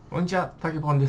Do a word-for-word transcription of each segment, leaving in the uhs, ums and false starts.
こんにちは、たけぽんです。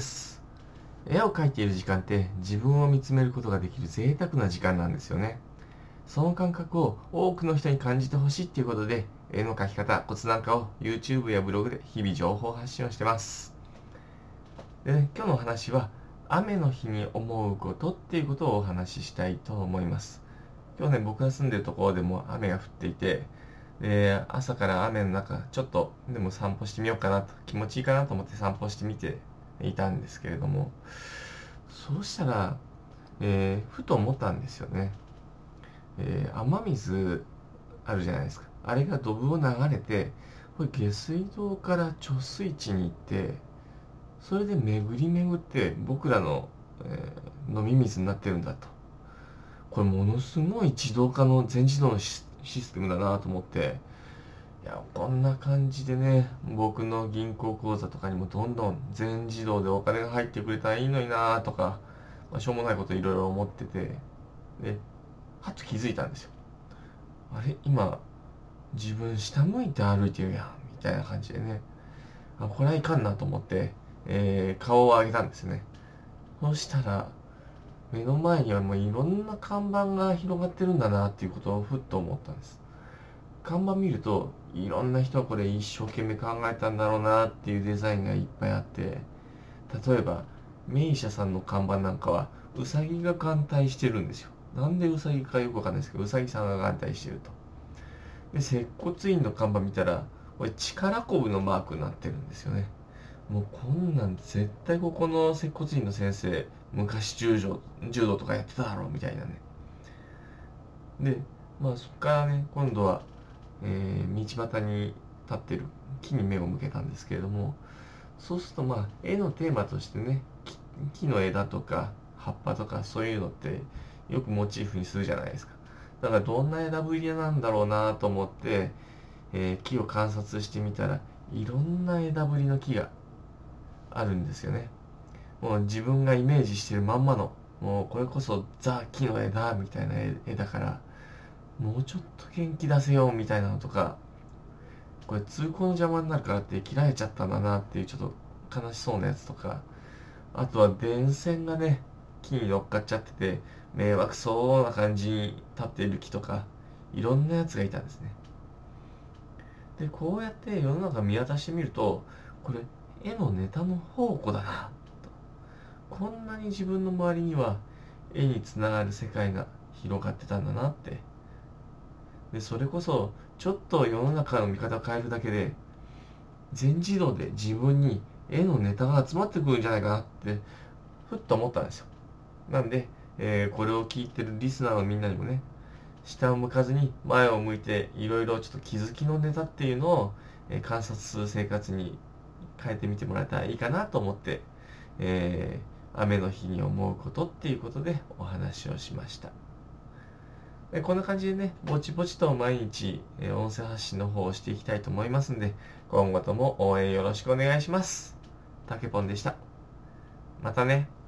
絵を描いている時間って自分を見つめることができる贅沢な時間なんですよね。その感覚を多くの人に感じてほしいっていうことで、絵の描き方、コツなんかを YouTube やブログで日々情報発信をしてます。でね、今日のお話は、雨の日に思うことっていうことをお話ししたいと思います。今日ね、僕が住んでるところでも雨が降っていて、で、朝から雨の中、ちょっとでも散歩してみようかなと、気持ちいいかなと思って散歩してみていたんですけれども、そうしたら、えーふと思ったんですよね。えー雨水あるじゃないですか。あれがドブを流れて、これ下水道から貯水池に行って、それで巡り巡って僕らの、えー飲み水になってるんだと。これものすごい自動化の全自動のシシステムだなと思って、いや、こんな感じでね、僕の銀行口座とかにもどんどん全自動でお金が入ってくれたらいいのになとか、まあ、しょうもないこといろいろ思ってて、で、はっと気づいたんですよ。あれ、今、自分下向いて歩いてるやん、みたいな感じでね。あ、これはいかんなと思って、えー顔を上げたんですね。そしたら、目の前にはもういろんな看板が広がってるんだなっていうことをふっと思ったんです。看板見るといろんな人がこれ一生懸命考えたんだろうなっていうデザインがいっぱいあって、例えば名医者さんの看板なんかはウサギが眼帯してるんですよ。なんでウサギかよくわかんないですけど、ウサギさんが眼帯してると。で、接骨院の看板見たらこれ力こぶのマークになってるんですよね。もうこんなん絶対ここの接骨院の先生昔柔道柔道とかやってただろうみたいなね。で、まあそこからね、今度は、えー道端に立ってる木に目を向けたんですけれども、そうするとまあ絵のテーマとしてね、木木の枝とか葉っぱとかそういうのってよくモチーフにするじゃないですか。だからどんな枝ぶりなんだろうなと思って、えー木を観察してみたら、いろんな枝ぶりの木があるんですよね。もう自分がイメージしてるまんまの、もうこれこそザ・木の枝みたいな絵だから、もうちょっと元気出せよみたいなのとか、これ通行の邪魔になるからって切られちゃったんだなっていうちょっと悲しそうなやつとか、あとは電線がね、木に乗っかっちゃってて迷惑そうな感じに立っている木とか、いろんなやつがいたんですね。で、こうやって世の中見渡してみると、これ絵のネタの宝庫だなと。こんなに自分の周りには絵につながる世界が広がってたんだなって。で、それこそちょっと世の中の見方を変えるだけで全自動で自分に絵のネタが集まってくるんじゃないかなってふっと思ったんですよ。なんで、えーこれを聞いてるリスナーのみんなにもね、下を向かずに前を向いていろいろちょっと気づきのネタっていうのを、えー観察する生活に変えてみてもらえたらいいかなと思って、えー雨の日に思うことっていうことでお話をしました。でこんな感じでね、ぼちぼちと毎日、えー音声発信の方をしていきたいと思いますんで、今後とも応援よろしくお願いします。たけぽんでした。またね。